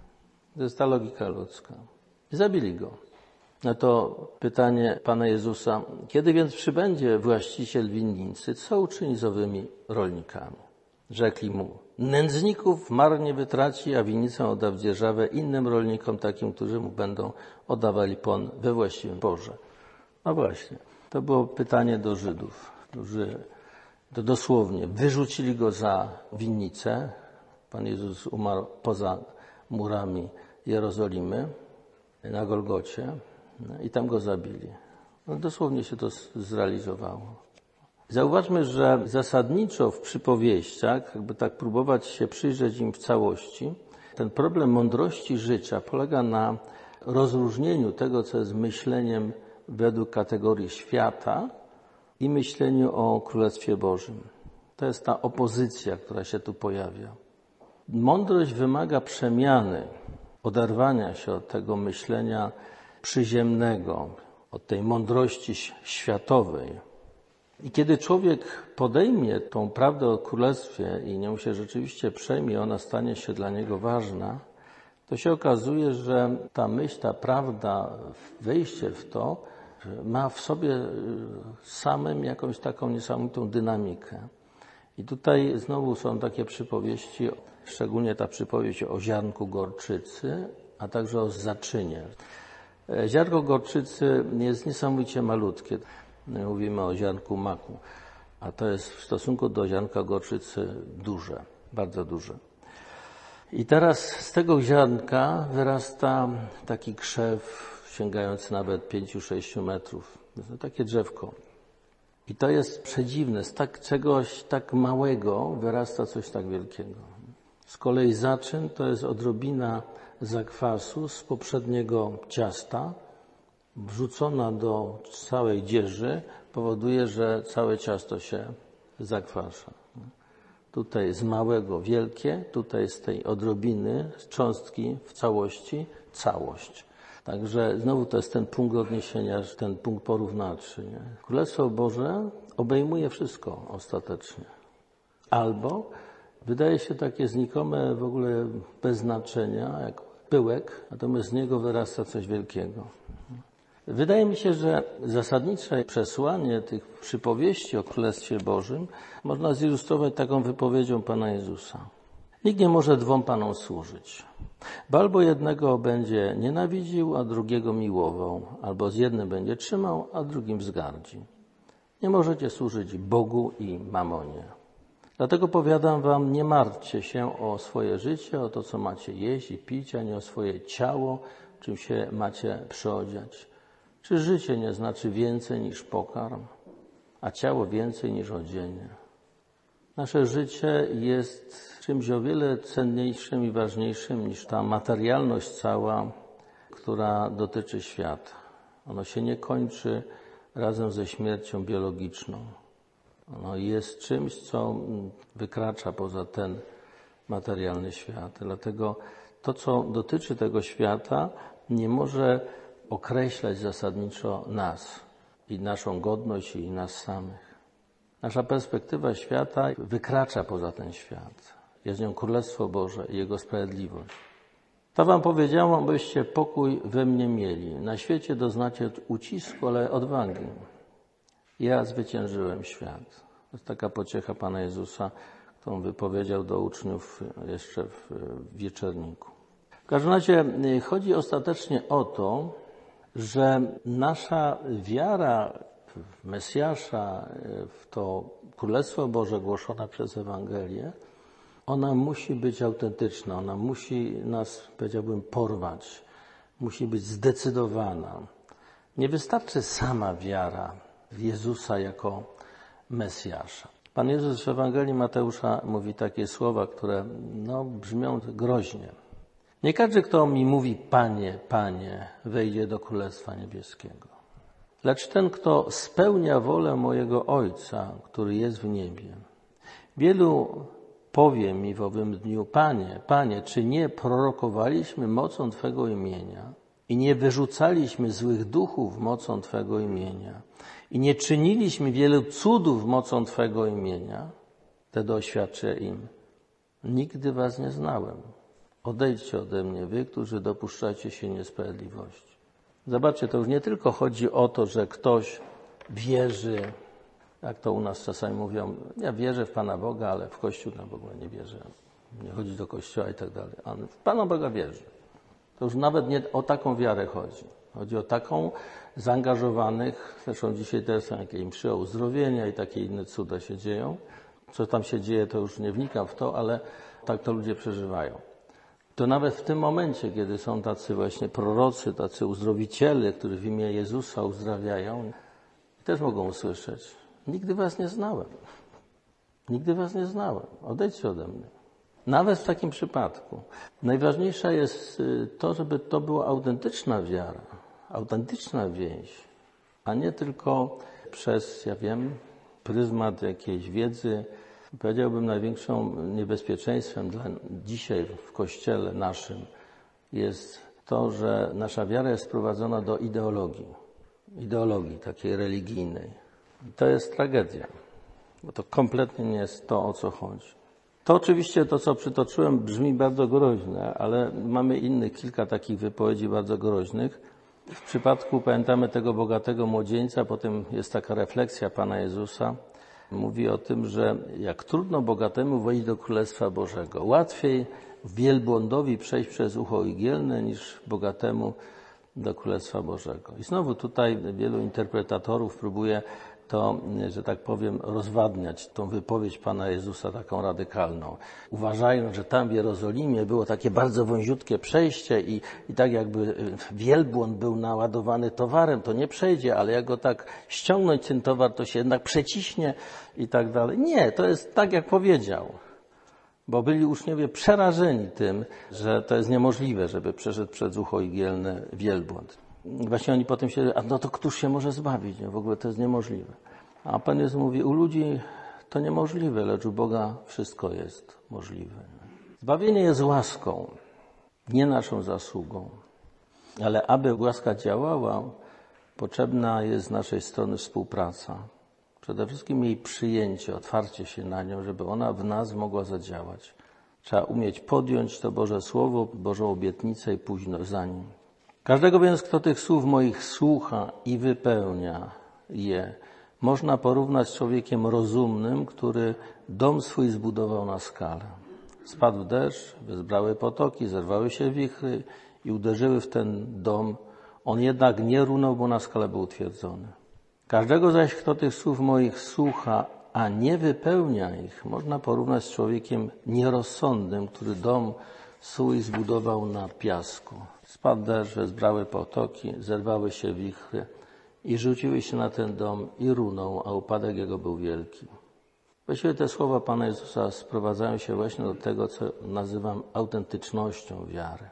To jest ta logika ludzka. I zabili go. No to pytanie Pana Jezusa: kiedy więc przybędzie właściciel winnicy, co uczyni z owymi rolnikami? Rzekli mu: nędzników marnie wytraci, a winnicę odda w dzierżawę innym rolnikom, takim, którzy mu będą oddawali plon we właściwym porze. No właśnie, to było pytanie do Żydów, którzy to dosłownie wyrzucili go za winnicę. Pan Jezus umarł poza murami Jerozolimy, na Golgocie, i tam go zabili. No, dosłownie się to zrealizowało. Zauważmy, że zasadniczo w przypowieściach, jakby tak próbować się przyjrzeć im w całości, ten problem mądrości życia polega na rozróżnieniu tego, co jest myśleniem według kategorii świata i myśleniu o Królestwie Bożym. To jest ta opozycja, która się tu pojawia. Mądrość wymaga przemiany, oderwania się od tego myślenia przyziemnego, od tej mądrości światowej. I kiedy człowiek podejmie tą prawdę o Królestwie i nią się rzeczywiście przejmie, ona stanie się dla niego ważna, to się okazuje, że ta myśl, ta prawda, wejście w to ma w sobie samym jakąś taką niesamowitą dynamikę. I tutaj znowu są takie przypowieści, szczególnie ta przypowieść o ziarnku gorczycy, a także o zaczynie. Ziarnko gorczycy jest niesamowicie malutkie. Mówimy o ziarnku maku, a to jest w stosunku do ziarnka gorczycy duże, bardzo duże. I teraz z tego ziarnka wyrasta taki krzew sięgający nawet 5-6 metrów. Takie drzewko. I to jest przedziwne. Z czegoś tak małego wyrasta coś tak wielkiego. Z kolei zaczyn to jest odrobina zakwasu z poprzedniego ciasta, wrzucona do całej dzieży, powoduje, że całe ciasto się zakwasza. Tutaj z małego wielkie, tutaj z tej odrobiny, z cząstki w całości, całość. Także znowu to jest ten punkt odniesienia, ten punkt porównawczy. Nie? Królestwo Boże obejmuje wszystko ostatecznie. Albo wydaje się takie znikome, w ogóle bez znaczenia, jak pyłek, natomiast z niego wyrasta coś wielkiego. Wydaje mi się, że zasadnicze przesłanie tych przypowieści o Królestwie Bożym można zilustrować taką wypowiedzią Pana Jezusa. Nikt nie może dwom Panom służyć, bo albo jednego będzie nienawidził, a drugiego miłował, albo z jednym będzie trzymał, a drugim wzgardzi. Nie możecie służyć Bogu i mamonie. Dlatego powiadam wam, nie martwcie się o swoje życie, o to, co macie jeść i pić, ani o swoje ciało, czym się macie przyodziać. Czy życie nie znaczy więcej niż pokarm, a ciało więcej niż odzienie? Nasze życie jest czymś o wiele cenniejszym i ważniejszym niż ta materialność cała, która dotyczy świata. Ono się nie kończy razem ze śmiercią biologiczną. Ono jest czymś, co wykracza poza ten materialny świat. Dlatego to, co dotyczy tego świata, nie może określać zasadniczo nas i naszą godność i nas samych. Nasza perspektywa świata wykracza poza ten świat. Jest nią Królestwo Boże i Jego sprawiedliwość. To wam powiedziałam, abyście pokój we mnie mieli. Na świecie doznacie ucisku, ale odwagi. Ja zwyciężyłem świat. To jest taka pociecha Pana Jezusa, którą wypowiedział do uczniów jeszcze w wieczorniku. W każdym razie chodzi ostatecznie o to, że nasza wiara w Mesjasza, w to Królestwo Boże głoszone przez Ewangelię, ona musi być autentyczna, ona musi nas, powiedziałbym, porwać. musi być zdecydowana. Nie wystarczy sama wiara w Jezusa jako Mesjasza. Pan Jezus w Ewangelii Mateusza mówi takie słowa, które brzmią groźnie. Nie każdy, kto mi mówi Panie, Panie, wejdzie do Królestwa Niebieskiego. Lecz ten, kto spełnia wolę mojego Ojca, który jest w niebie. Wielu powie mi w owym dniu, Panie, Panie, czy nie prorokowaliśmy mocą Twego imienia i nie wyrzucaliśmy złych duchów mocą Twego imienia i nie czyniliśmy wielu cudów mocą Twego imienia? Wtedy oświadczę im, nigdy Was nie znałem. Odejdźcie ode mnie, wy, którzy dopuszczacie się niesprawiedliwości. Zobaczcie, to już nie tylko chodzi o to, że ktoś wierzy, jak to u nas czasami mówią, ja wierzę w Pana Boga, ale w Kościół w ogóle nie wierzę. Nie chodzi do Kościoła i tak dalej. Ale w Pana Boga wierzy. To już nawet nie o taką wiarę chodzi. Chodzi o taką zaangażowanych, zresztą dzisiaj też są jakieś mszy o uzdrowienia i takie inne cuda się dzieją. Co tam się dzieje, to już nie wnikam w to, ale tak to ludzie przeżywają. To nawet w tym momencie, kiedy są tacy właśnie prorocy, tacy uzdrowiciele, którzy w imię Jezusa uzdrawiają, też mogą usłyszeć, nigdy was nie znałem. Nigdy was nie znałem. Odejdźcie ode mnie. Nawet w takim przypadku. Najważniejsze jest to, żeby to była autentyczna wiara, autentyczna więź, a nie tylko przez, pryzmat jakiejś wiedzy. Powiedziałbym, największym niebezpieczeństwem dla dzisiaj w Kościele naszym jest to, że nasza wiara jest sprowadzona do ideologii takiej religijnej. To jest tragedia, bo to kompletnie nie jest to, o co chodzi. To oczywiście to, co przytoczyłem, brzmi bardzo groźne, ale mamy innych kilka takich wypowiedzi bardzo groźnych. W przypadku, pamiętamy tego bogatego młodzieńca, potem jest taka refleksja Pana Jezusa. Mówi o tym, że jak trudno bogatemu wejść do Królestwa Bożego. Łatwiej wielbłądowi przejść przez ucho igielne niż bogatemu do Królestwa Bożego. I znowu tutaj wielu interpretatorów próbuje to, że tak powiem, rozwadniać tą wypowiedź Pana Jezusa taką radykalną. Uważają, że tam w Jerozolimie było takie bardzo wąziutkie przejście i tak jakby wielbłąd był naładowany towarem, to nie przejdzie, ale jak go tak ściągnąć ten towar, to się jednak przeciśnie i tak dalej. Nie, to jest tak, jak powiedział. Bo byli uczniowie przerażeni tym, że to jest niemożliwe, żeby przeszedł przez ucho igielne wielbłąd. Właśnie oni potem się, to któż się może zbawić? W ogóle to jest niemożliwe. A Pan Jezus mówi, u ludzi to niemożliwe, lecz u Boga wszystko jest możliwe. Zbawienie jest łaską, nie naszą zasługą. Ale aby łaska działała, potrzebna jest z naszej strony współpraca. Przede wszystkim jej przyjęcie, otwarcie się na nią, żeby ona w nas mogła zadziałać. Trzeba umieć podjąć to Boże Słowo, Bożą obietnicę i pójść za nim. Każdego więc, kto tych słów moich słucha i wypełnia je, można porównać z człowiekiem rozumnym, który dom swój zbudował na skalę. Spadł deszcz, wezbrały potoki, zerwały się wichry i uderzyły w ten dom. On jednak nie runął, bo na skalę był utwierdzony. Każdego zaś, kto tych słów moich słucha, a nie wypełnia ich, można porównać z człowiekiem nierozsądnym, który dom swój zbudował na piasku. Spadł deszcz, wezbrały potoki, zerwały się wichry i rzuciły się na ten dom i runął, a upadek jego był wielki. Właściwie te słowa Pana Jezusa sprowadzają się właśnie do tego, co nazywam autentycznością wiary.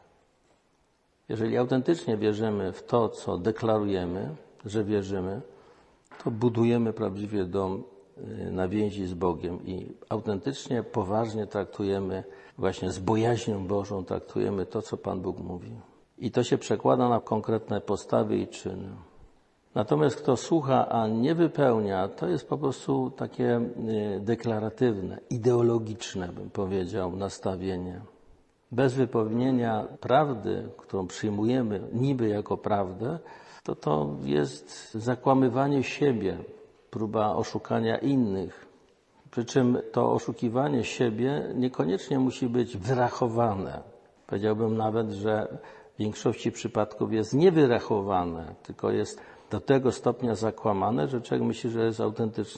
Jeżeli autentycznie wierzymy w to, co deklarujemy, że wierzymy, to budujemy prawdziwie dom na więzi z Bogiem i autentycznie, poważnie traktujemy, właśnie z bojaźnią Bożą traktujemy to, co Pan Bóg mówi. I to się przekłada na konkretne postawy i czyny. Natomiast kto słucha, a nie wypełnia, to jest po prostu takie deklaratywne, ideologiczne, bym powiedział, nastawienie. Bez wypełnienia prawdy, którą przyjmujemy niby jako prawdę, to jest zakłamywanie siebie, próba oszukania innych. Przy czym to oszukiwanie siebie niekoniecznie musi być wyrachowane. Powiedziałbym nawet, że w większości przypadków jest niewyrachowane, tylko jest do tego stopnia zakłamane, że człowiek myśli, że jest autentyczny i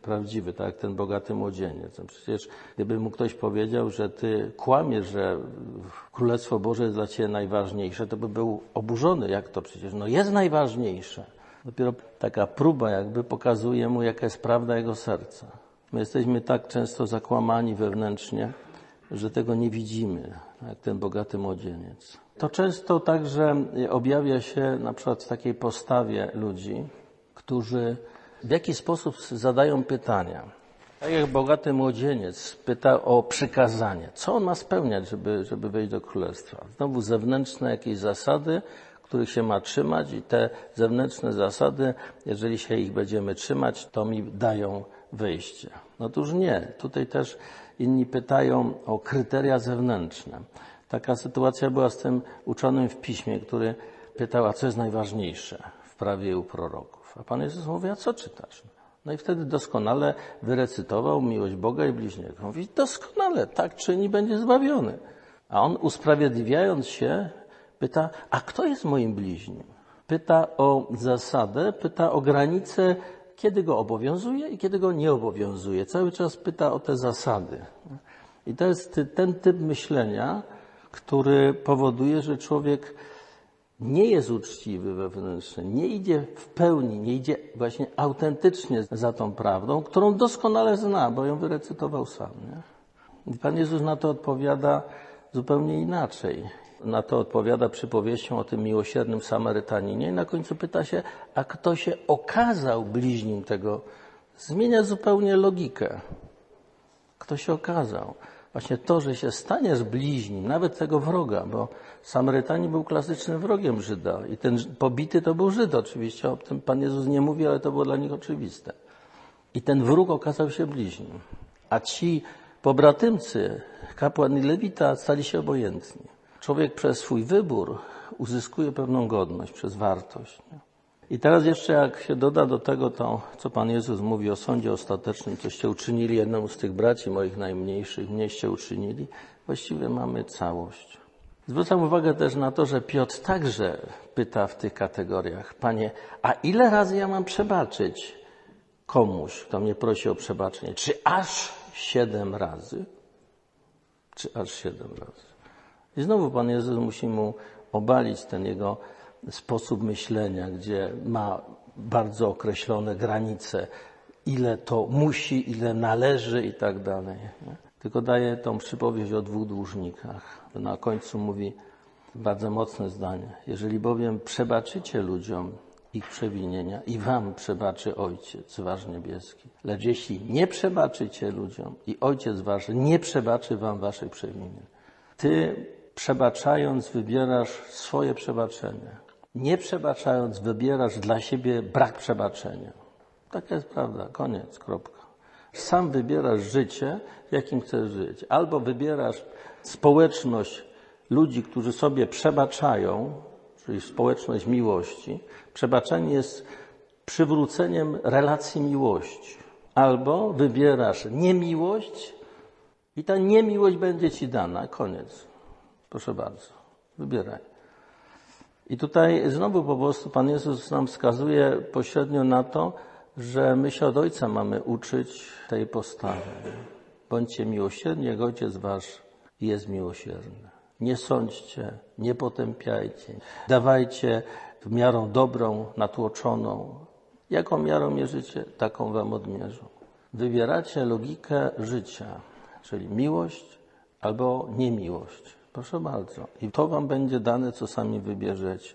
prawdziwy, tak jak ten bogaty młodzieniec. No przecież gdyby mu ktoś powiedział, że ty kłamiesz, że Królestwo Boże jest dla ciebie najważniejsze, to by był oburzony. Jak to przecież? No jest najważniejsze. Dopiero taka próba jakby pokazuje mu, jaka jest prawda jego serca. My jesteśmy tak często zakłamani wewnętrznie, że tego nie widzimy, jak ten bogaty młodzieniec. To często także objawia się na przykład w takiej postawie ludzi, którzy w jakiś sposób zadają pytania. Tak jak bogaty młodzieniec pyta o przykazanie. Co on ma spełniać, żeby wejść do królestwa? Znowu zewnętrzne jakieś zasady, których się ma trzymać i te zewnętrzne zasady, jeżeli się ich będziemy trzymać, to mi dają wyjście. Otóż nie. Tutaj też inni pytają o kryteria zewnętrzne. Taka sytuacja była z tym uczonym w piśmie, który pytał, a co jest najważniejsze w prawie i u proroków. A Pan Jezus mówi, a co czytasz? No i wtedy doskonale wyrecytował miłość Boga i bliźniego. Mówi, doskonale, tak czyni, będzie zbawiony. A on usprawiedliwiając się pyta, a kto jest moim bliźnim? Pyta o zasadę, pyta o granicę, kiedy go obowiązuje i kiedy go nie obowiązuje. Cały czas pyta o te zasady. I to jest ten typ myślenia, który powoduje, że człowiek nie jest uczciwy wewnętrznie, nie idzie w pełni, nie idzie właśnie autentycznie za tą prawdą, którą doskonale zna, bo ją wyrecytował sam. Nie? I Pan Jezus na to odpowiada zupełnie inaczej. Na to odpowiada przypowieścią o tym miłosiernym Samarytaninie i na końcu pyta się, a kto się okazał bliźnim tego? Zmienia zupełnie logikę. Kto się okazał? Właśnie to, że się staniesz bliźnim, nawet tego wroga, bo Samarytanin był klasycznym wrogiem Żyda i ten pobity to był Żyd oczywiście, o tym Pan Jezus nie mówi, ale to było dla nich oczywiste. I ten wróg okazał się bliźnim, a ci pobratymcy, kapłan i lewita, stali się obojętni. Człowiek przez swój wybór uzyskuje pewną godność, przez wartość. I teraz jeszcze jak się doda do tego to, co Pan Jezus mówi o sądzie ostatecznym, coście uczynili jednemu z tych braci moich najmniejszych, mnieście uczynili, właściwie mamy całość. Zwracam uwagę też na to, że Piotr także pyta w tych kategoriach, Panie, a ile razy ja mam przebaczyć komuś, kto mnie prosi o przebaczenie? Czy aż 7 razy? Czy aż 7 razy? I znowu Pan Jezus musi mu obalić ten jego sposób myślenia, gdzie ma bardzo określone granice, ile to musi, ile należy i tak dalej. Tylko daje tą przypowieść o 2 dłużnikach. Na końcu mówi bardzo mocne zdanie. Jeżeli bowiem przebaczycie ludziom ich przewinienia i wam przebaczy Ojciec Wasz niebieski. Lecz jeśli nie przebaczycie ludziom i Ojciec Wasz nie przebaczy wam waszych przewinień. Ty przebaczając wybierasz swoje przebaczenie. Nie przebaczając wybierasz dla siebie brak przebaczenia. Taka jest prawda. Koniec. Kropka. Sam wybierasz życie, jakim chcesz żyć. Albo wybierasz społeczność ludzi, którzy sobie przebaczają, czyli społeczność miłości. Przebaczenie jest przywróceniem relacji miłości. Albo wybierasz niemiłość i ta niemiłość będzie ci dana. Koniec. Proszę bardzo. Wybieraj. I tutaj znowu po prostu Pan Jezus nam wskazuje pośrednio na to, że my się od Ojca mamy uczyć tej postawy. Bądźcie miłosierni, jak Ojciec Wasz jest miłosierny. Nie sądźcie, nie potępiajcie. Dawajcie w miarą dobrą, natłoczoną. Jaką miarą mierzycie, taką wam odmierzą. Wybieracie logikę życia, czyli miłość albo niemiłość. Proszę bardzo. I to wam będzie dane, co sami wybierzecie.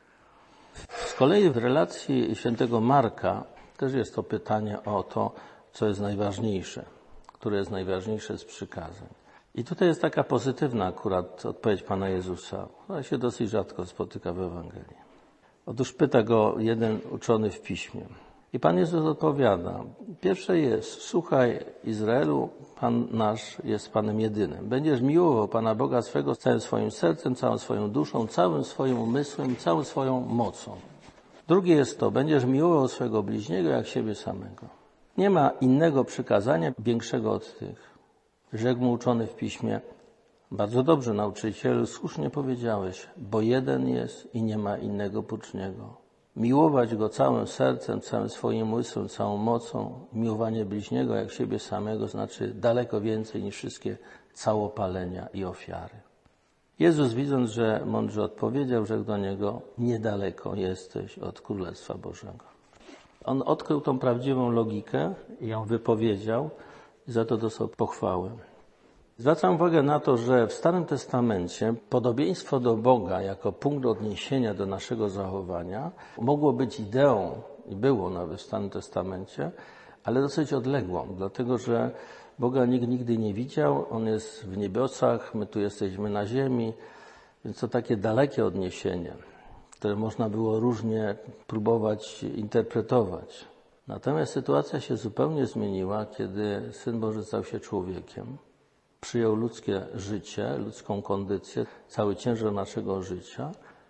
Z kolei w relacji świętego Marka też jest to pytanie o to, co jest najważniejsze, które jest najważniejsze z przykazań. I tutaj jest taka pozytywna akurat odpowiedź Pana Jezusa, która się dosyć rzadko spotyka w Ewangelii. Otóż pyta go jeden uczony w piśmie. I Pan Jezus odpowiada. Pierwsze jest, słuchaj Izraelu, Pan nasz jest Panem jedynym. Będziesz miłował Pana Boga swego całym swoim sercem, całą swoją duszą, całym swoim umysłem i całą swoją mocą. Drugie jest to, będziesz miłował swego bliźniego jak siebie samego. Nie ma innego przykazania większego od tych. Rzekł mu uczony w piśmie, bardzo dobrze nauczycielu, słusznie powiedziałeś, bo jeden jest i nie ma innego prócz niego. Miłować Go całym sercem, całym swoim umysłem, całą mocą. Miłowanie bliźniego jak siebie samego znaczy daleko więcej niż wszystkie całopalenia i ofiary. Jezus, widząc, że mądrze odpowiedział, rzekł do niego: niedaleko jesteś od Królestwa Bożego. On odkrył tą prawdziwą logikę i ją wypowiedział i za to dostał pochwałę. Zwracam uwagę na to, że w Starym Testamencie podobieństwo do Boga jako punkt odniesienia do naszego zachowania mogło być ideą, i było nawet w Starym Testamencie, ale dosyć odległą, dlatego że Boga nikt nigdy nie widział, On jest w niebiosach, my tu jesteśmy na ziemi, więc to takie dalekie odniesienie, które można było różnie próbować interpretować. Natomiast sytuacja się zupełnie zmieniła, kiedy Syn Boży stał się człowiekiem. Przyjął ludzkie życie, ludzką kondycję, cały ciężar naszego życia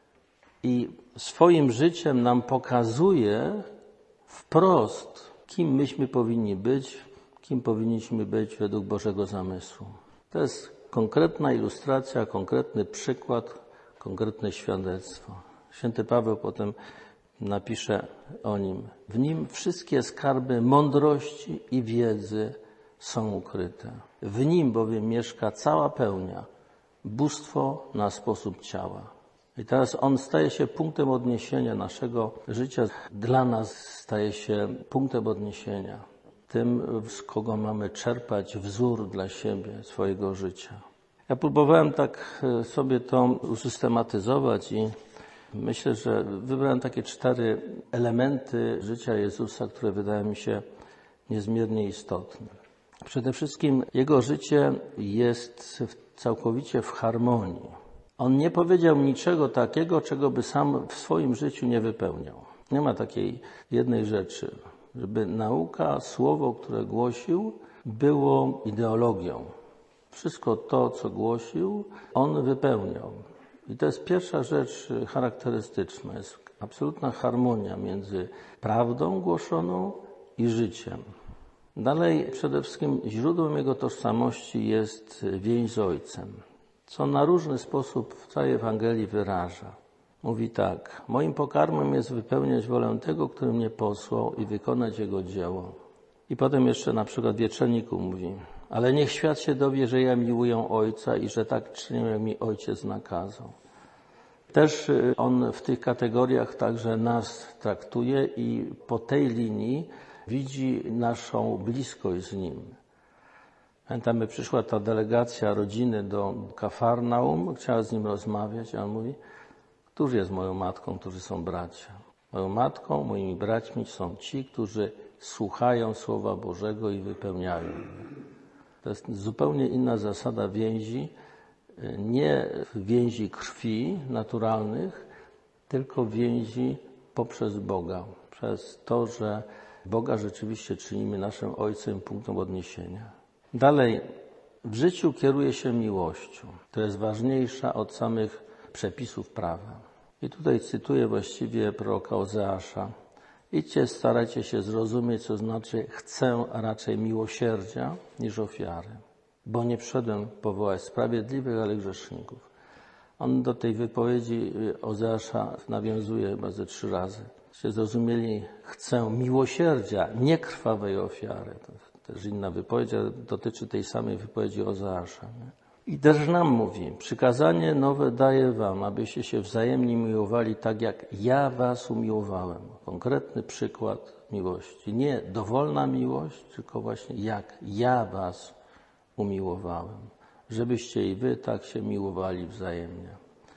i swoim życiem nam pokazuje wprost, kim myśmy powinni być, kim powinniśmy być według Bożego zamysłu. To jest konkretna ilustracja, konkretny przykład, konkretne świadectwo. Święty Paweł potem napisze o nim: w nim wszystkie skarby mądrości i wiedzy są ukryte. W nim bowiem mieszka cała pełnia, bóstwo na sposób ciała. I teraz on staje się punktem odniesienia naszego życia. Dla nas staje się punktem odniesienia. Tym, z kogo mamy czerpać wzór dla siebie, swojego życia. Ja próbowałem tak sobie to usystematyzować i myślę, że wybrałem takie 4 elementy życia Jezusa, które wydają mi się niezmiernie istotne. Przede wszystkim Jego życie jest całkowicie w harmonii. On nie powiedział niczego takiego, czego by sam w swoim życiu nie wypełniał. Nie ma takiej jednej rzeczy, żeby nauka, słowo, które głosił, było ideologią. Wszystko to, co głosił, on wypełniał. I to jest pierwsza rzecz charakterystyczna. Jest absolutna harmonia między prawdą głoszoną i życiem. Dalej, przede wszystkim źródłem jego tożsamości jest więź z Ojcem, co na różny sposób w całej Ewangelii wyraża. Mówi tak: moim pokarmem jest wypełniać wolę tego, który mnie posłał i wykonać Jego dzieło. I potem jeszcze na przykład w Wieczerniku mówi: ale niech świat się dowie, że ja miłuję Ojca i że tak czynię, jak mi Ojciec nakazał. Też on w tych kategoriach także nas traktuje i po tej linii widzi naszą bliskość z Nim. Pamiętamy, przyszła ta delegacja rodziny do Kafarnaum, chciała z Nim rozmawiać, a on mówi: któż jest moją matką, którzy są bracia? Moją matką, moimi braćmi są ci, którzy słuchają Słowa Bożego i wypełniają je. To jest zupełnie inna zasada więzi, nie więzi krwi naturalnych, tylko więzi poprzez Boga, przez to, że Boga rzeczywiście czynimy naszym Ojcem, punktem odniesienia. Dalej, w życiu kieruje się miłością, która jest ważniejsza od samych przepisów prawa. I tutaj cytuję właściwie proroka Ozeasza: idźcie, starajcie się zrozumieć, co znaczy chcę raczej miłosierdzia niż ofiary, bo nie przyszedłem powołać sprawiedliwych, ale grzeszników. On do tej wypowiedzi Ozeasza nawiązuje chyba ze 3 razy. Się zrozumieli, chcę miłosierdzia, nie krwawej ofiary. To też inna wypowiedź, ale dotyczy tej samej wypowiedzi Ozeasza. I też nam mówi: przykazanie nowe daję wam, abyście się wzajemnie miłowali tak, jak ja was umiłowałem. Konkretny przykład miłości. Nie dowolna miłość, tylko właśnie jak ja was umiłowałem. Żebyście i wy tak się miłowali wzajemnie.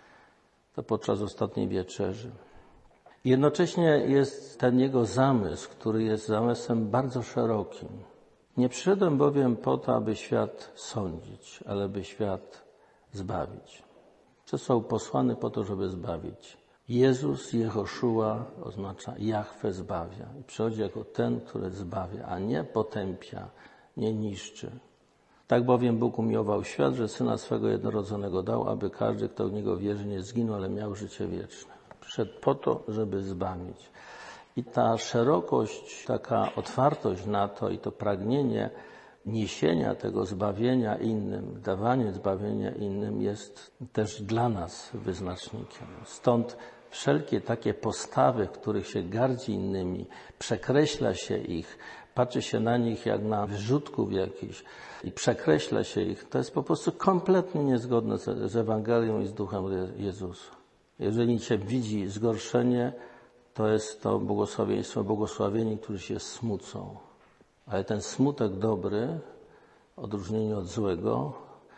To podczas ostatniej wieczerzy. Jednocześnie jest ten Jego zamysł, który jest zamysłem bardzo szerokim. Nie przyszedłem bowiem po to, aby świat sądzić, ale by świat zbawić. Został posłany po to, żeby zbawić. Jezus, Jehoszua oznacza Jahwe zbawia. I przychodzi jako ten, który zbawia, a nie potępia, nie niszczy. Tak bowiem Bóg umiłował świat, że Syna swego jednorodzonego dał, aby każdy, kto w Niego wierzy, nie zginął, ale miał życie wieczne. Przyszedł po to, żeby zbawić. I ta szerokość, taka otwartość na to i to pragnienie niesienia tego zbawienia innym, dawanie zbawienia innym jest też dla nas wyznacznikiem. Stąd wszelkie takie postawy, w których się gardzi innymi, przekreśla się ich, patrzy się na nich jak na wyrzutków jakichś i przekreśla się ich, to jest po prostu kompletnie niezgodne z Ewangelią i z duchem Jezusa. Jeżeli się widzi zgorszenie, to jest to błogosławieństwo, błogosławieni, którzy się smucą. Ale ten smutek dobry, w odróżnieniu od złego,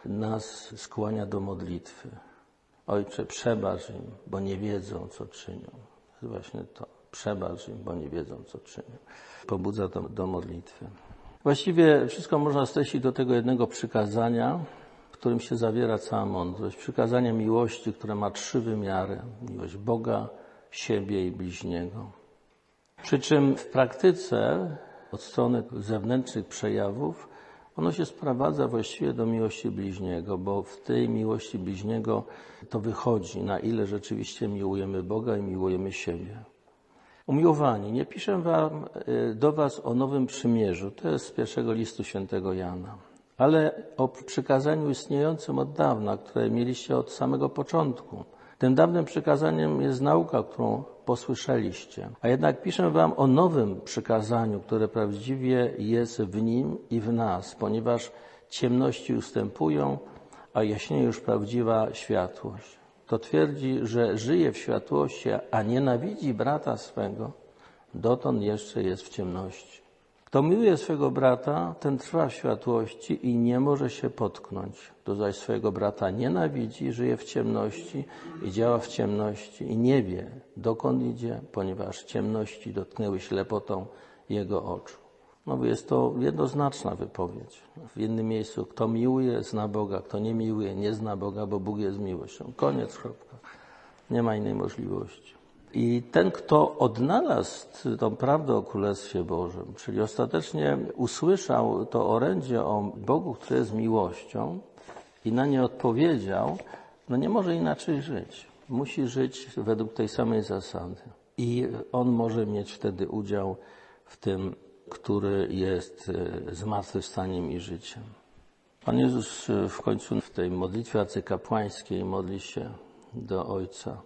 nas skłania do modlitwy. Ojcze, przebacz im, bo nie wiedzą, co czynią. To jest właśnie to. Przebacz im, bo nie wiedzą, co czynią. Pobudza to do modlitwy. Właściwie wszystko można streścić do tego jednego przykazania, w którym się zawiera cała mądrość. Przykazanie miłości, które ma 3 wymiary. Miłość Boga, siebie i bliźniego. Przy czym w praktyce, od strony zewnętrznych przejawów, ono się sprowadza właściwie do miłości bliźniego, bo w tej miłości bliźniego to wychodzi, na ile rzeczywiście miłujemy Boga i miłujemy siebie. Umiłowani, nie piszę do was o nowym przymierzu, to jest z pierwszego listu świętego Jana, ale o przykazaniu istniejącym od dawna, które mieliście od samego początku. Tym dawnym przykazaniem jest nauka, którą posłyszeliście. A jednak piszę wam o nowym przykazaniu, które prawdziwie jest w nim i w nas, ponieważ ciemności ustępują, a jaśnieje już prawdziwa światłość. Kto twierdzi, że żyje w światłości, a nienawidzi brata swego, dotąd jeszcze jest w ciemności. Kto miłuje swego brata, ten trwa w światłości i nie może się potknąć. Kto zaś swojego brata nienawidzi, żyje w ciemności i działa w ciemności i nie wie, dokąd idzie, ponieważ ciemności dotknęły ślepotą jego oczu. No, jest to jednoznaczna wypowiedź. W innym miejscu, kto miłuje, zna Boga, kto nie miłuje, nie zna Boga, bo Bóg jest miłością. Koniec, kropka. Nie ma innej możliwości. I ten, kto odnalazł tą prawdę o Królestwie Bożym, czyli ostatecznie usłyszał to orędzie o Bogu, który jest miłością i na nie odpowiedział, no nie może inaczej żyć. Musi żyć według tej samej zasady. I on może mieć wtedy udział w tym, który jest zmartwychwstaniem i życiem. Pan Jezus w końcu w tej modlitwie arcykapłańskiej modli się do Ojca.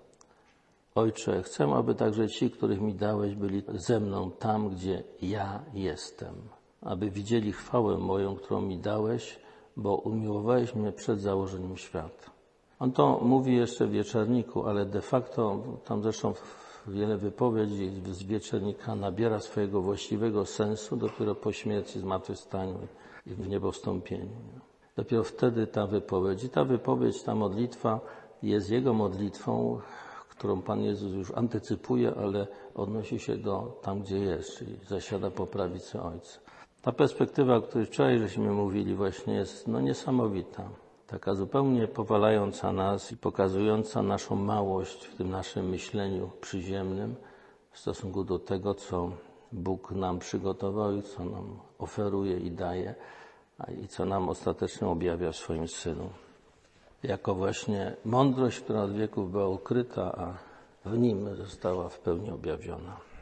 Ojcze, chcę, aby także ci, których mi dałeś, byli ze mną tam, gdzie ja jestem. Aby widzieli chwałę moją, którą mi dałeś, bo umiłowałeś mnie przed założeniem świata. On to mówi jeszcze w Wieczerniku, ale de facto, tam zresztą wiele wypowiedzi z Wieczernika nabiera swojego właściwego sensu dopiero po śmierci, zmartwychwstaniu i w niebowstąpieniu. Dopiero wtedy ta wypowiedź, ta modlitwa jest Jego modlitwą, którą Pan Jezus już antycypuje, ale odnosi się do tam, gdzie jest, czyli zasiada po prawicy Ojca. Ta perspektywa, o której wczoraj żeśmy mówili, właśnie jest niesamowita. Taka zupełnie powalająca nas i pokazująca naszą małość w tym naszym myśleniu przyziemnym w stosunku do tego, co Bóg nam przygotował i co nam oferuje i daje, i co nam ostatecznie objawia w swoim Synu. Jako właśnie mądrość, która od wieków była ukryta, a w Nim została w pełni objawiona.